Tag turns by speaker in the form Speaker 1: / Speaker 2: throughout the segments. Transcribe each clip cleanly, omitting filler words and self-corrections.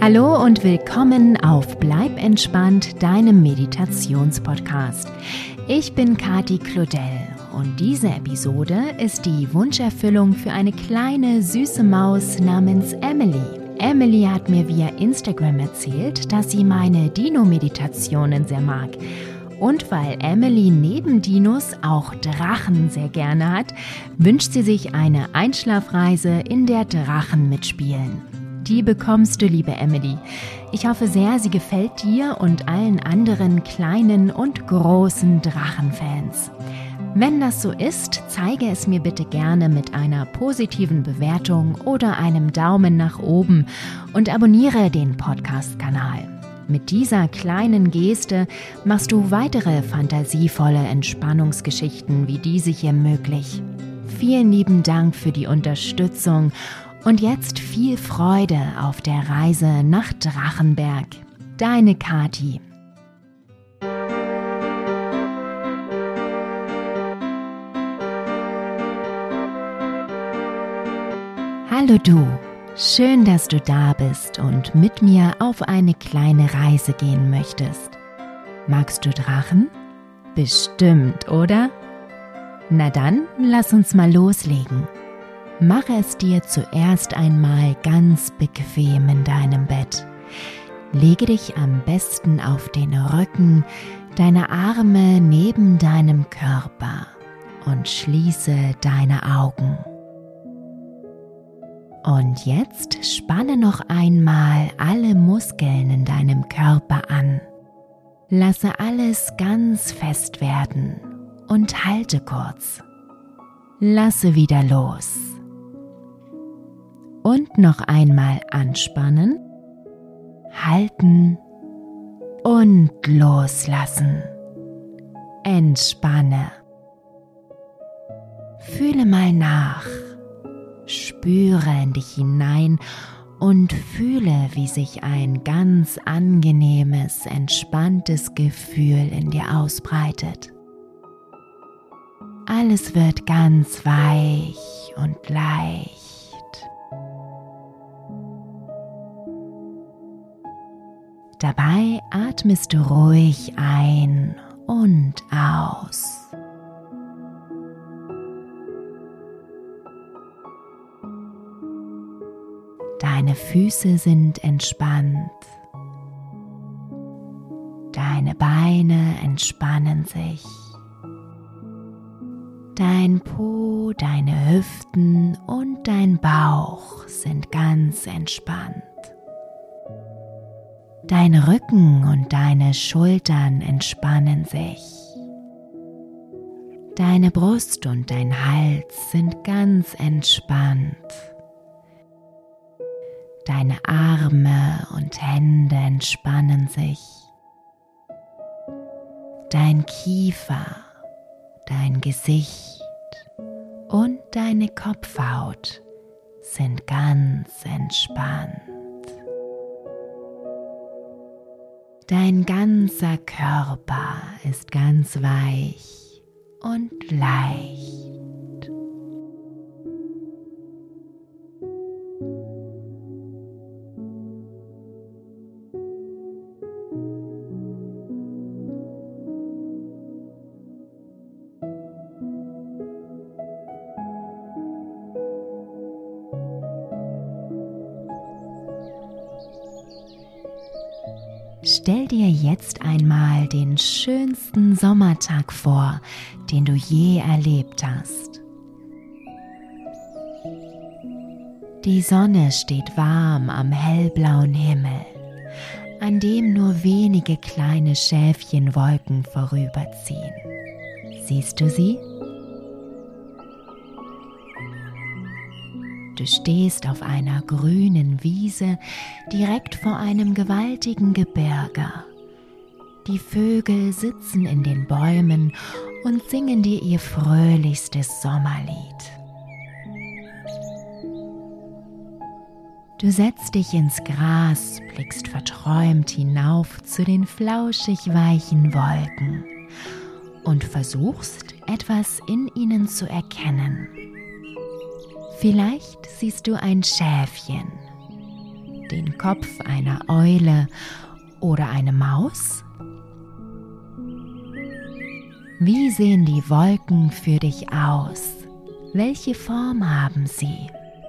Speaker 1: Hallo und willkommen auf Bleib entspannt, deinem Meditationspodcast. Ich bin Kati Claudel und diese Episode ist die Wunscherfüllung für eine kleine, süße Maus namens Emily. Emily hat mir via Instagram erzählt, dass sie meine Dino-Meditationen sehr mag. Und weil Emily neben Dinos auch Drachen sehr gerne hat, wünscht sie sich eine Einschlafreise, in der Drachen mitspielen. Die bekommst du, liebe Emily. Ich hoffe sehr, sie gefällt dir und allen anderen kleinen und großen Drachenfans. Wenn das so ist, zeige es mir bitte gerne mit einer positiven Bewertung oder einem Daumen nach oben und abonniere den Podcast-Kanal. Mit dieser kleinen Geste machst du weitere fantasievolle Entspannungsgeschichten wie diese hier möglich. Vielen lieben Dank für die Unterstützung und jetzt viel Freude auf der Reise nach Drachenberg. Deine Kati. Hallo du, schön, dass du da bist und mit mir auf eine kleine Reise gehen möchtest. Magst du Drachen? Bestimmt, oder? Na dann, lass uns mal loslegen. Mache es dir zuerst einmal ganz bequem in deinem Bett. Lege dich am besten auf den Rücken, deine Arme neben deinem Körper und schließe deine Augen. Und jetzt spanne noch einmal alle Muskeln in deinem Körper an. Lasse alles ganz fest werden und halte kurz. Lasse wieder los. Und noch einmal anspannen, halten und loslassen. Entspanne. Fühle mal nach. Spüre in dich hinein und fühle, wie sich ein ganz angenehmes, entspanntes Gefühl in dir ausbreitet. Alles wird ganz weich und leicht. Dabei atmest du ruhig ein und aus. Deine Füße sind entspannt. Deine Beine entspannen sich. Dein Po, deine Hüften und dein Bauch sind ganz entspannt. Dein Rücken und deine Schultern entspannen sich. Deine Brust und dein Hals sind ganz entspannt. Deine Arme und Hände entspannen sich. Dein Kiefer, dein Gesicht und deine Kopfhaut sind ganz entspannt. Dein ganzer Körper ist ganz weich und leicht. Stell dir jetzt einmal den schönsten Sommertag vor, den du je erlebt hast. Die Sonne steht warm am hellblauen Himmel, an dem nur wenige kleine Schäfchenwolken vorüberziehen. Siehst du sie? Du stehst auf einer grünen Wiese direkt vor einem gewaltigen Gebirge. Die Vögel sitzen in den Bäumen und singen dir ihr fröhlichstes Sommerlied. Du setzt dich ins Gras, blickst verträumt hinauf zu den flauschig weichen Wolken und versuchst, etwas in ihnen zu erkennen. Vielleicht siehst du ein Schäfchen den Kopf einer Eule oder eine Maus? Wie sehen die Wolken für dich aus? Welche Form haben sie?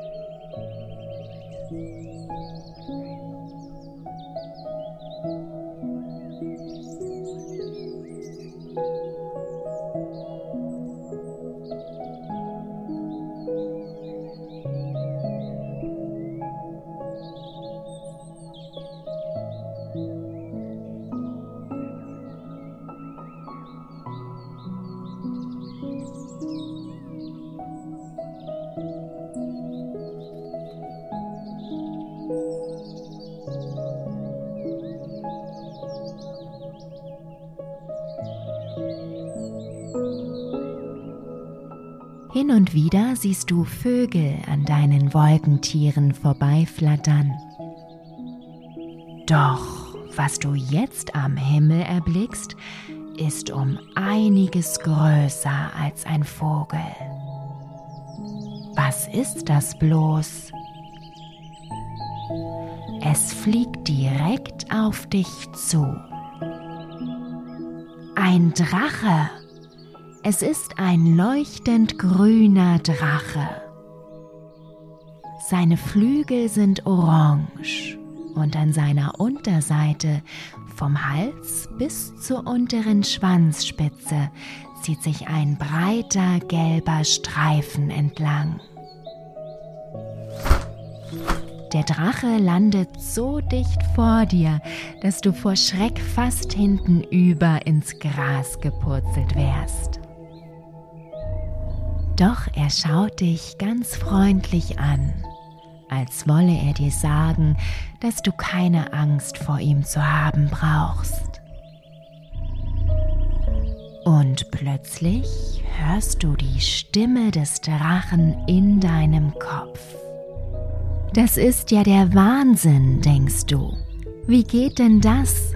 Speaker 1: Hin und wieder siehst du Vögel an deinen Wolkentieren vorbeiflattern. Doch was du jetzt am Himmel erblickst, ist um einiges größer als ein Vogel. Was ist das bloß? Es fliegt direkt auf dich zu. Ein Drache! Es ist ein leuchtend grüner Drache. Seine Flügel sind orange und an seiner Unterseite, vom Hals bis zur unteren Schwanzspitze, zieht sich ein breiter gelber Streifen entlang. Der Drache landet so dicht vor dir, dass du vor Schreck fast hintenüber ins Gras gepurzelt wärst. Doch er schaut dich ganz freundlich an, als wolle er dir sagen, dass du keine Angst vor ihm zu haben brauchst. Und plötzlich hörst du die Stimme des Drachen in deinem Kopf. Das ist ja der Wahnsinn, denkst du. Wie geht denn das?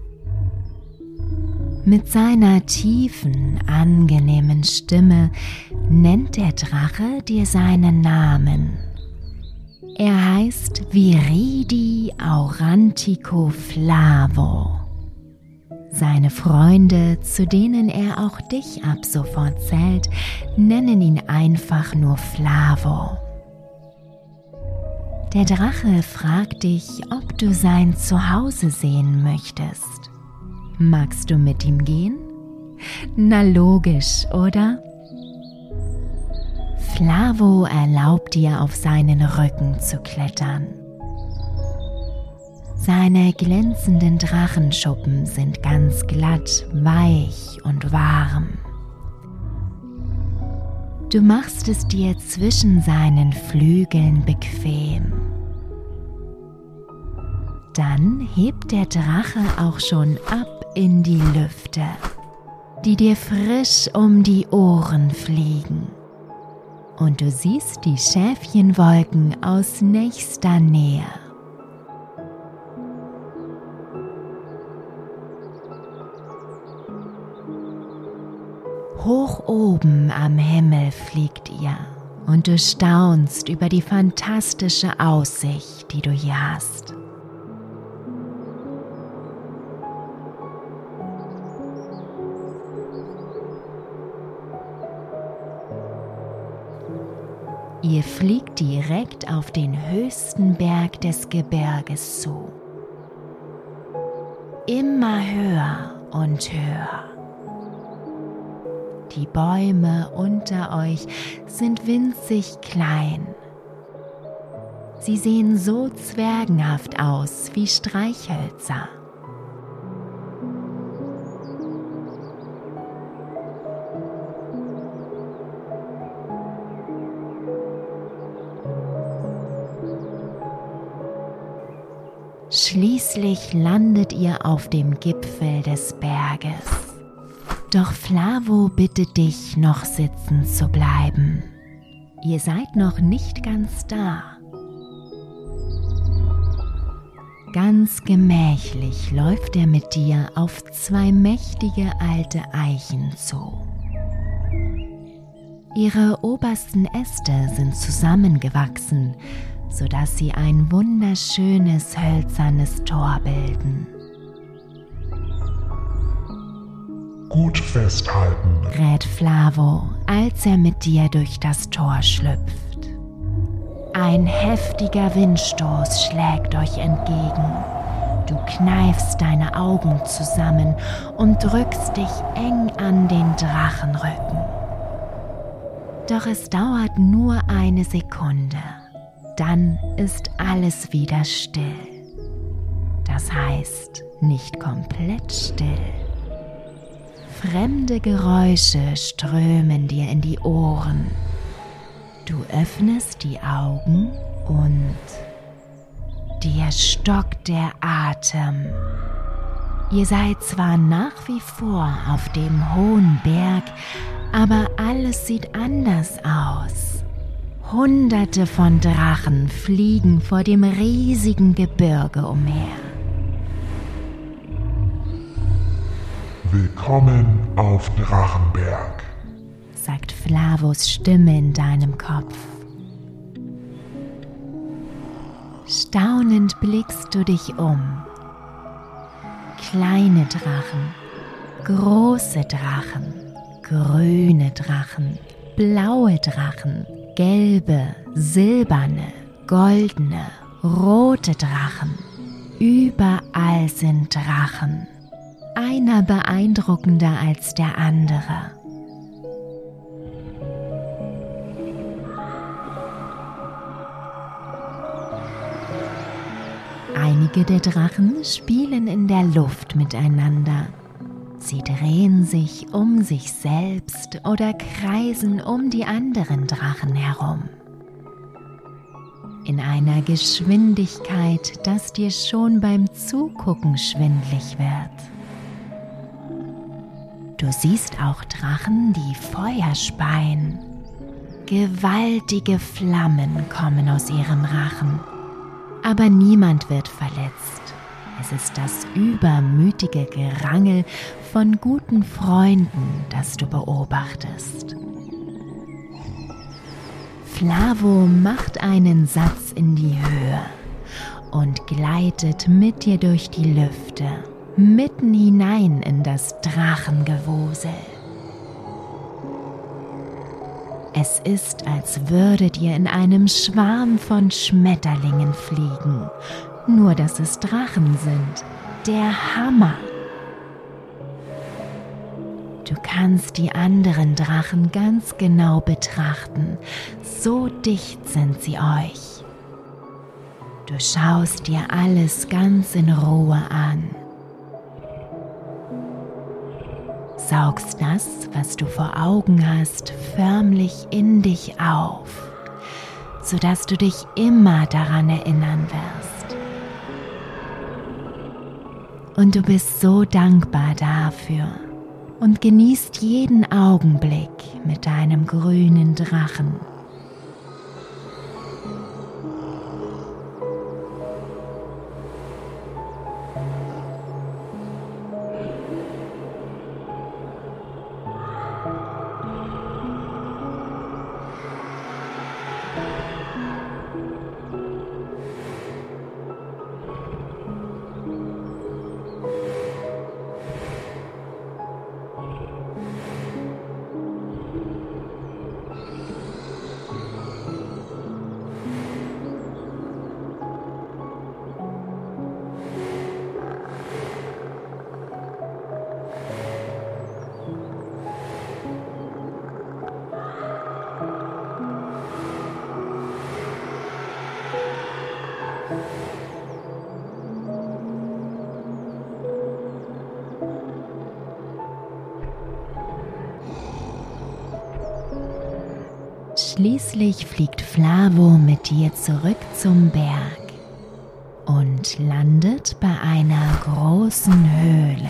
Speaker 1: Mit seiner tiefen, angenehmen Stimme nennt der Drache dir seinen Namen. Er heißt Viridi Aurantico Flavo. Seine Freunde, zu denen er auch dich ab sofort zählt, nennen ihn einfach nur Flavo. Der Drache fragt dich, ob du sein Zuhause sehen möchtest. Magst du mit ihm gehen? Na logisch, oder? Flavo erlaubt dir, auf seinen Rücken zu klettern. Seine glänzenden Drachenschuppen sind ganz glatt, weich und warm. Du machst es dir zwischen seinen Flügeln bequem. Dann hebt der Drache auch schon ab in die Lüfte, die dir frisch um die Ohren fliegen. Und du siehst die Schäfchenwolken aus nächster Nähe. Hoch oben am Himmel fliegt ihr und du staunst über die fantastische Aussicht, die du hier hast. Ihr fliegt direkt auf den höchsten Berg des Gebirges zu. Immer höher und höher. Die Bäume unter euch sind winzig klein. Sie sehen so zwergenhaft aus wie Streichhölzer. Schließlich landet ihr auf dem Gipfel des Berges. Doch Flavo bittet dich, noch sitzen zu bleiben. Ihr seid noch nicht ganz da. Ganz gemächlich läuft er mit dir auf 2 mächtige alte Eichen zu. Ihre obersten Äste sind zusammengewachsen, sodass sie ein wunderschönes hölzernes Tor bilden.
Speaker 2: Gut festhalten,
Speaker 1: rät Flavo, als er mit dir durch das Tor schlüpft. Ein heftiger Windstoß schlägt euch entgegen. Du kneifst deine Augen zusammen und drückst dich eng an den Drachenrücken. Doch es dauert nur eine Sekunde, dann ist alles wieder still. Das heißt, nicht komplett still. Fremde Geräusche strömen dir in die Ohren. Du öffnest die Augen und dir stockt der Atem. Ihr seid zwar nach wie vor auf dem hohen Berg, aber alles sieht anders aus. Hunderte von Drachen fliegen vor dem riesigen Gebirge umher.
Speaker 2: Willkommen auf Drachenberg,
Speaker 1: sagt Flavos Stimme in deinem Kopf. Staunend blickst du dich um. Kleine Drachen, große Drachen, grüne Drachen, blaue Drachen, gelbe, silberne, goldene, rote Drachen. Überall sind Drachen. Einer beeindruckender als der andere. Einige der Drachen spielen in der Luft miteinander. Sie drehen sich um sich selbst oder kreisen um die anderen Drachen herum. In einer Geschwindigkeit, dass dir schon beim Zugucken schwindlig wird. Du siehst auch Drachen, die Feuer speien. Gewaltige Flammen kommen aus ihrem Rachen. Aber niemand wird verletzt. Es ist das übermütige Gerangel von guten Freunden, das du beobachtest. Flavo macht einen Satz in die Höhe und gleitet mit dir durch die Lüfte, mitten hinein in das Drachengewusel. Es ist, als würdet ihr in einem Schwarm von Schmetterlingen fliegen, nur dass es Drachen sind. Der Hammer! Du kannst die anderen Drachen ganz genau betrachten, so dicht sind sie euch. Du schaust dir alles ganz in Ruhe an. Saugst das, was du vor Augen hast, förmlich in dich auf, sodass du dich immer daran erinnern wirst. Und du bist so dankbar dafür und genießt jeden Augenblick mit deinem grünen Drachen. Schließlich fliegt Flavo mit dir zurück zum Berg und landet bei einer großen Höhle.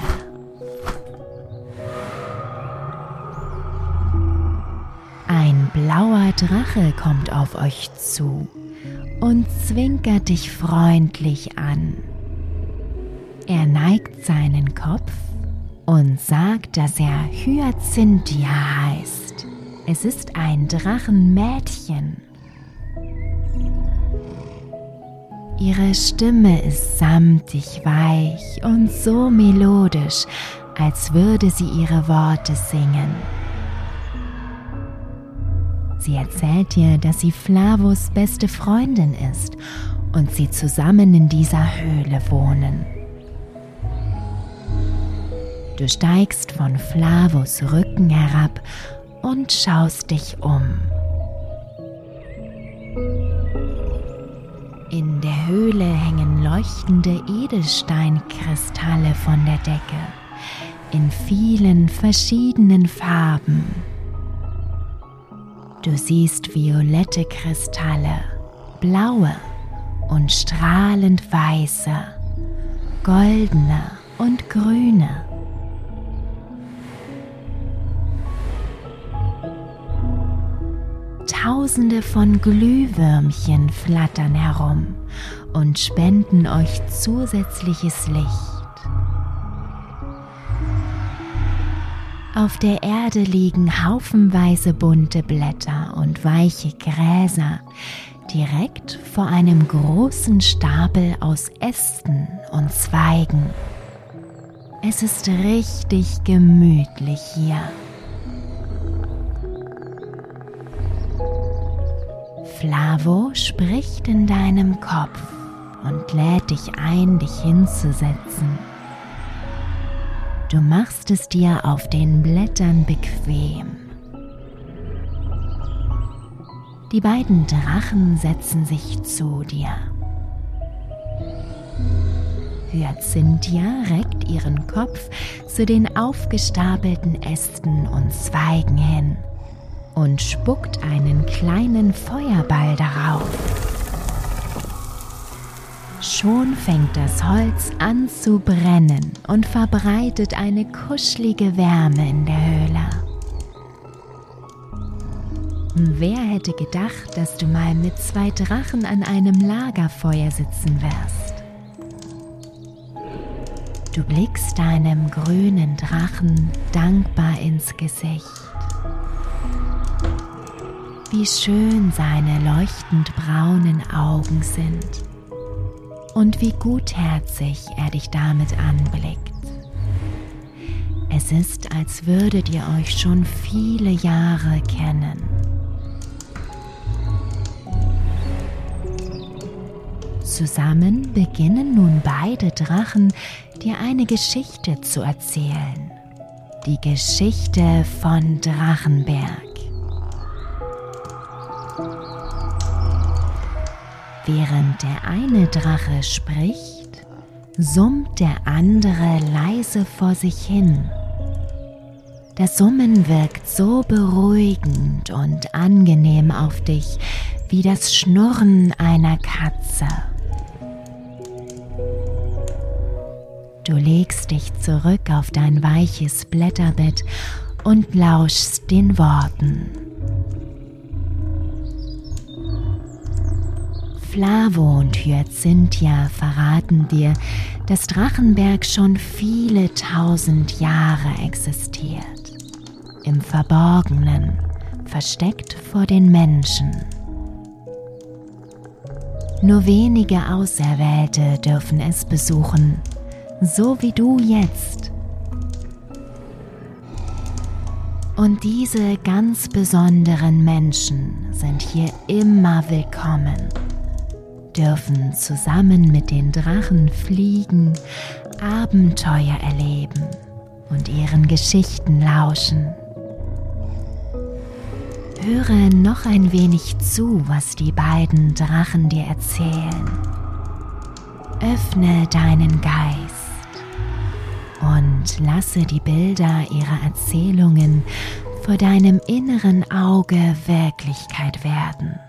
Speaker 1: Ein blauer Drache kommt auf euch zu und zwinkert dich freundlich an. Er neigt seinen Kopf und sagt, dass er Hyacinthia heißt. Es ist ein Drachenmädchen. Ihre Stimme ist samtig weich und so melodisch, als würde sie ihre Worte singen. Sie erzählt dir, dass sie Flavos beste Freundin ist und sie zusammen in dieser Höhle wohnen. Du steigst von Flavos Rücken herab und schaust dich um. In der Höhle hängen leuchtende Edelsteinkristalle von der Decke in vielen verschiedenen Farben. Du siehst violette Kristalle, blaue und strahlend weiße, goldene und grüne. Tausende von Glühwürmchen flattern herum und spenden euch zusätzliches Licht. Auf der Erde liegen haufenweise bunte Blätter und weiche Gräser direkt vor einem großen Stapel aus Ästen und Zweigen. Es ist richtig gemütlich hier. Flavo spricht in deinem Kopf und lädt dich ein, dich hinzusetzen. Du machst es dir auf den Blättern bequem. Die beiden Drachen setzen sich zu dir. Hyacinthia reckt ihren Kopf zu den aufgestapelten Ästen und Zweigen hin und spuckt einen kleinen Feuerball darauf. Schon fängt das Holz an zu brennen und verbreitet eine kuschelige Wärme in der Höhle. Wer hätte gedacht, dass du mal mit 2 Drachen an einem Lagerfeuer sitzen wirst? Du blickst deinem grünen Drachen dankbar ins Gesicht. Wie schön seine leuchtend braunen Augen sind und wie gutherzig er dich damit anblickt. Es ist, als würdet ihr euch schon viele Jahre kennen. Zusammen beginnen nun beide Drachen, dir eine Geschichte zu erzählen. Die Geschichte von Drachenberg. Während der eine Drache spricht, summt der andere leise vor sich hin. Das Summen wirkt so beruhigend und angenehm auf dich wie das Schnurren einer Katze. Du legst dich zurück auf dein weiches Blätterbett und lauschst den Worten. Flavo und Hyacinthia verraten dir, dass Drachenberg schon viele 1000 Jahre existiert. Im Verborgenen, versteckt vor den Menschen. Nur wenige Auserwählte dürfen es besuchen, so wie du jetzt. Und diese ganz besonderen Menschen sind hier immer willkommen, dürfen zusammen mit den Drachen fliegen, Abenteuer erleben und ihren Geschichten lauschen. Höre noch ein wenig zu, was die beiden Drachen dir erzählen. Öffne deinen Geist und lasse die Bilder ihrer Erzählungen vor deinem inneren Auge Wirklichkeit werden.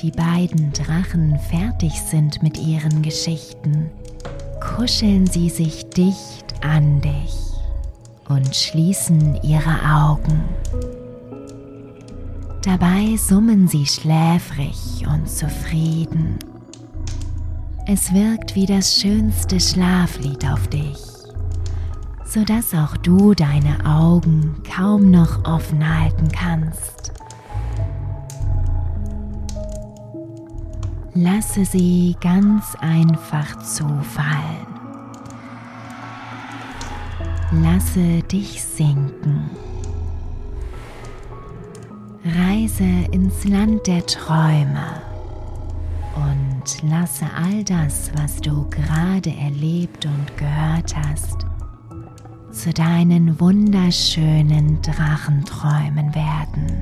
Speaker 1: die beiden Drachen fertig sind mit ihren Geschichten, kuscheln sie sich dicht an dich und schließen ihre Augen. Dabei summen sie schläfrig und zufrieden. Es wirkt wie das schönste Schlaflied auf dich, sodass auch du deine Augen kaum noch offen halten kannst. Lasse sie ganz einfach zufallen. Lasse dich sinken. Reise ins Land der Träume und lasse all das, was du gerade erlebt und gehört hast, zu deinen wunderschönen Drachenträumen werden.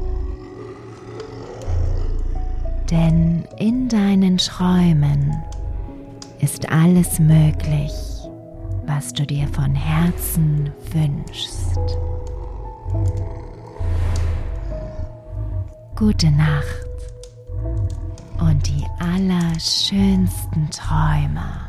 Speaker 1: Denn in deinen Träumen ist alles möglich, was du dir von Herzen wünschst. Gute Nacht und die allerschönsten Träume.